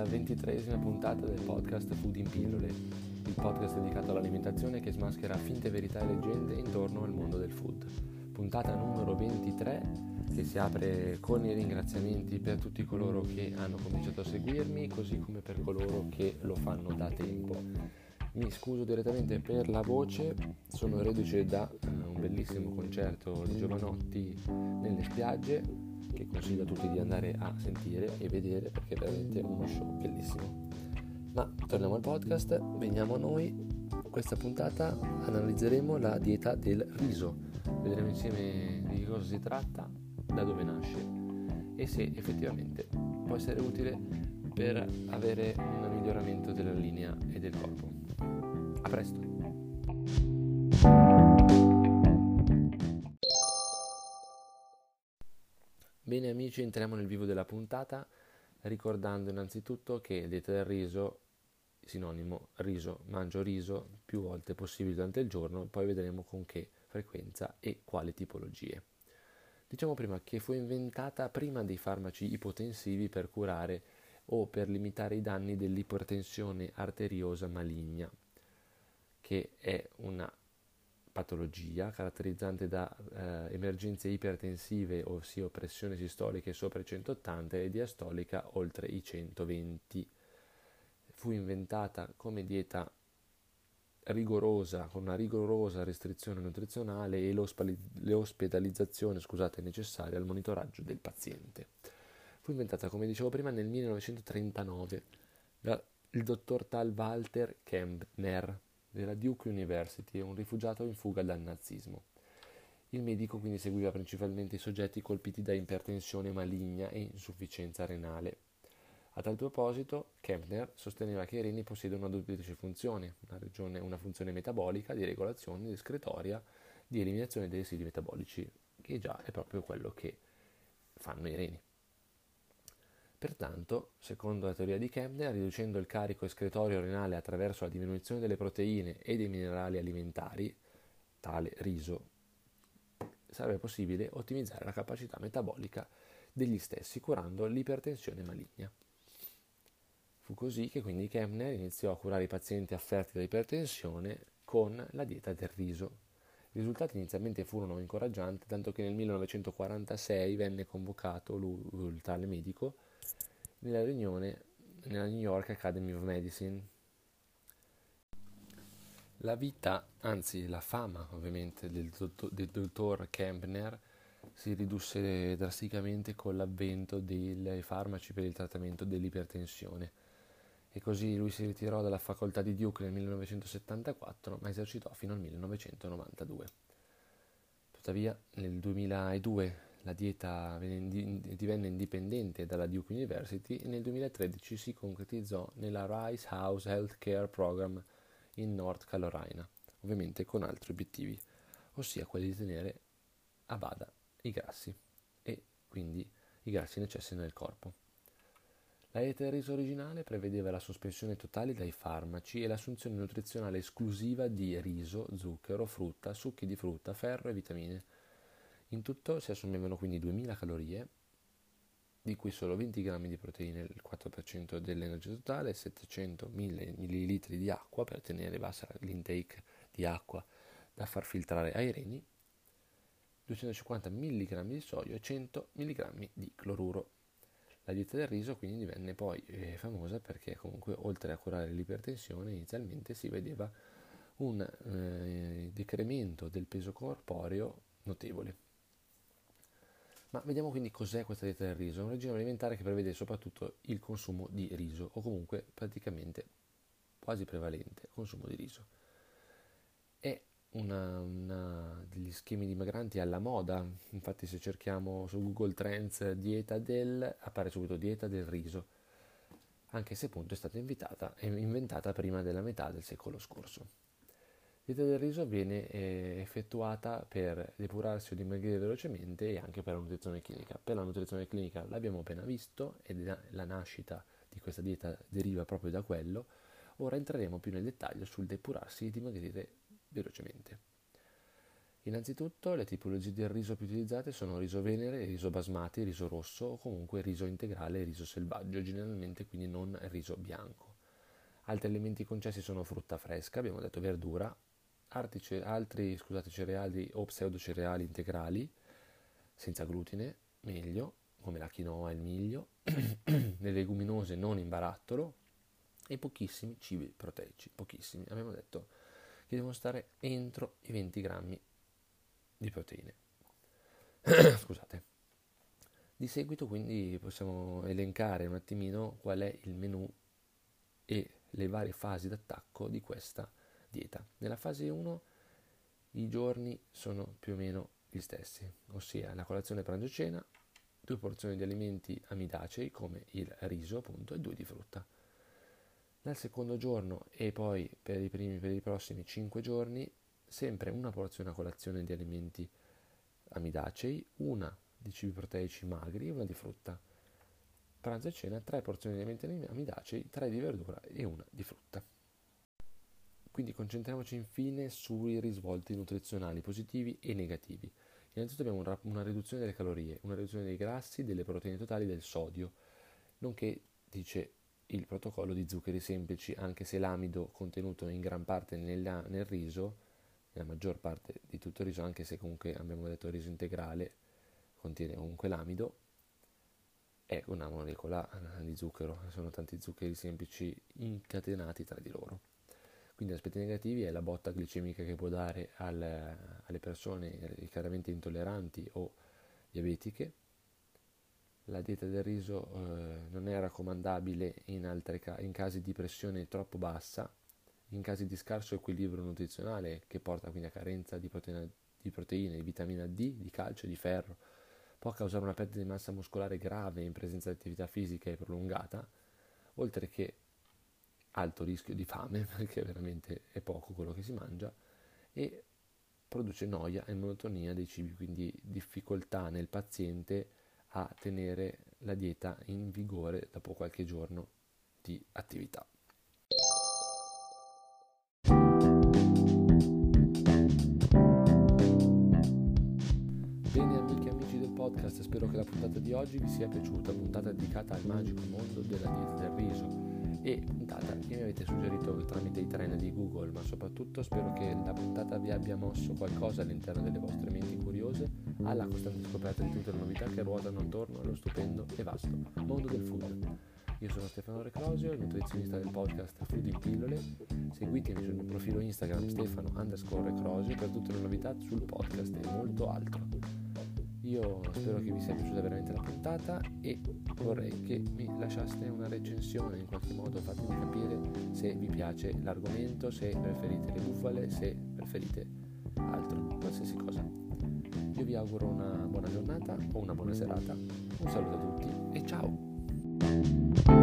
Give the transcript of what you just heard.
alla 23esima puntata del podcast Food in Pillole, il podcast dedicato all'alimentazione che smaschera finte verità e leggende intorno al mondo del food. Puntata numero 23 che si apre con i ringraziamenti per tutti coloro che hanno cominciato a seguirmi, così come per coloro che lo fanno da tempo. Mi scuso direttamente per la voce, sono reduce da un bellissimo concerto di Giovanotti nelle spiagge, che consiglio a tutti di andare a sentire e vedere perché è veramente uno show bellissimo. Ma torniamo al podcast, veniamo a noi. Questa puntata analizzeremo la dieta del riso, vedremo insieme di cosa si tratta, da dove nasce e se effettivamente può essere utile per avere un miglioramento della linea e del corpo. A presto! Bene amici, entriamo nel vivo della puntata ricordando innanzitutto che dieta del riso, sinonimo riso, mangio riso più volte possibile durante il giorno, poi vedremo con che frequenza e quali tipologie. Diciamo prima che fu inventata prima dei farmaci ipotensivi per curare o per limitare i danni dell'ipertensione arteriosa maligna, che è una patologia caratterizzante da emergenze ipertensive, ossia pressione sistoliche sopra i 180 e diastolica oltre i 120. Fu inventata come dieta rigorosa, con una rigorosa restrizione nutrizionale e l'ospedalizzazione necessaria al monitoraggio del paziente. Fu inventata, come dicevo prima, nel 1939 dal dottor Tal Walter Kempner della Duke University, un rifugiato in fuga dal nazismo. Il medico quindi seguiva principalmente i soggetti colpiti da ipertensione maligna e insufficienza renale. A tal proposito, Kempner sosteneva che i reni possiedono una duplice funzione, una funzione metabolica, di regolazione discretoria, di eliminazione dei residui metabolici, che già è proprio quello che fanno i reni. Pertanto, secondo la teoria di Kempner, riducendo il carico escretorio renale attraverso la diminuzione delle proteine e dei minerali alimentari, tale riso, sarebbe possibile ottimizzare la capacità metabolica degli stessi, curando l'ipertensione maligna. Fu così che quindi Kempner iniziò a curare i pazienti affetti da ipertensione con la dieta del riso. I risultati inizialmente furono incoraggianti, tanto che nel 1946 venne convocato il tale medico nella riunione nella New York Academy of Medicine. La vita, anzi la fama ovviamente del dottor Kempner si ridusse drasticamente con l'avvento dei farmaci per il trattamento dell'ipertensione e così lui si ritirò dalla facoltà di Duke nel 1974 ma esercitò fino al 1992. Tuttavia nel 2002 la dieta divenne indipendente dalla Duke University e nel 2013 si concretizzò nella Rice House Healthcare Program in North Carolina, ovviamente con altri obiettivi, ossia quelli di tenere a bada i grassi e quindi i grassi in eccesso nel corpo. La dieta del riso originale prevedeva la sospensione totale dai farmaci e l'assunzione nutrizionale esclusiva di riso, zucchero, frutta, succhi di frutta, ferro e vitamine. In tutto si assumevano quindi 2000 calorie, di cui solo 20 grammi di proteine, il 4% dell'energia totale, 700 ml di acqua per tenere bassa l'intake di acqua da far filtrare ai reni, 250 mg di sodio e 100 mg di cloruro. La dieta del riso quindi divenne poi famosa perché comunque oltre a curare l'ipertensione inizialmente si vedeva un decremento del peso corporeo notevole. Ma vediamo quindi cos'è questa dieta del riso. È un regime alimentare che prevede soprattutto il consumo di riso, o comunque praticamente quasi prevalente consumo di riso. È degli schemi dimagranti alla moda, infatti se cerchiamo su Google Trends dieta del, appare subito dieta del riso, anche se appunto è stata inventata prima della metà del secolo scorso. La dieta del riso viene effettuata per depurarsi o dimagrire velocemente e anche per la nutrizione clinica. Per la nutrizione clinica l'abbiamo appena visto e la nascita di questa dieta deriva proprio da quello. Ora entreremo più nel dettaglio sul depurarsi e dimagrire velocemente. Innanzitutto le tipologie del riso più utilizzate sono riso venere, riso basmati, riso rosso o comunque riso integrale e riso selvaggio, generalmente quindi non riso bianco. Altri elementi concessi sono frutta fresca, abbiamo detto verdura, altri cereali o pseudocereali integrali, senza glutine, meglio, come la quinoa e il miglio, le leguminose non in barattolo e pochissimi cibi proteici, pochissimi. Abbiamo detto che devono stare entro i 20 grammi di proteine. Scusate. Di seguito quindi possiamo elencare un attimino qual è il menù e le varie fasi d'attacco di questa dieta. Nella fase 1 i giorni sono più o meno gli stessi, ossia la colazione, pranzo e cena, 2 porzioni di alimenti amidacei come il riso appunto e 2 di frutta. Dal secondo giorno e poi per i prossimi 5 giorni sempre una porzione a colazione di alimenti amidacei, una di cibi proteici magri e una di frutta. Pranzo e cena 3 porzioni di alimenti amidacei, 3 di verdura e una di frutta. Quindi concentriamoci infine sui risvolti nutrizionali positivi e negativi. Innanzitutto abbiamo una riduzione delle calorie, una riduzione dei grassi, delle proteine totali e del sodio, nonché, dice il protocollo, di zuccheri semplici, anche se l'amido contenuto in gran parte nel riso, nella maggior parte di tutto il riso, anche se comunque abbiamo detto il riso integrale contiene comunque l'amido, è una molecola di zucchero, sono tanti zuccheri semplici incatenati tra di loro. Quindi aspetti negativi è la botta glicemica che può dare alle persone chiaramente intolleranti o diabetiche. La dieta del riso non è raccomandabile in casi di pressione troppo bassa, in casi di scarso equilibrio nutrizionale che porta quindi a carenza di proteine, di vitamina D, di calcio e di ferro. Può causare una perdita di massa muscolare grave in presenza di attività fisica e prolungata, oltre che alto rischio di fame, perché veramente è poco quello che si mangia, e produce noia e monotonia dei cibi, quindi difficoltà nel paziente a tenere la dieta in vigore dopo qualche giorno di attività. Bene amiche e amici del podcast, spero che la puntata di oggi vi sia piaciuta, puntata dedicata al magico mondo della dieta del riso e puntata che mi avete suggerito tramite i trend di Google, ma soprattutto spero che la puntata vi abbia mosso qualcosa all'interno delle vostre menti curiose alla costante scoperta di tutte le novità che ruotano attorno allo stupendo e vasto mondo del food. Io sono Stefano Recrosio, il nutrizionista del podcast Food in Pillole. Seguitemi sul mio profilo Instagram Stefano_Recrosio per tutte le novità sul podcast e molto altro. Io spero che vi sia piaciuta veramente la puntata e vorrei che mi lasciaste una recensione, in qualche modo fatemi capire se vi piace l'argomento, se preferite le bufale, se preferite altro, qualsiasi cosa. Io vi auguro una buona giornata o una buona serata, un saluto a tutti e ciao!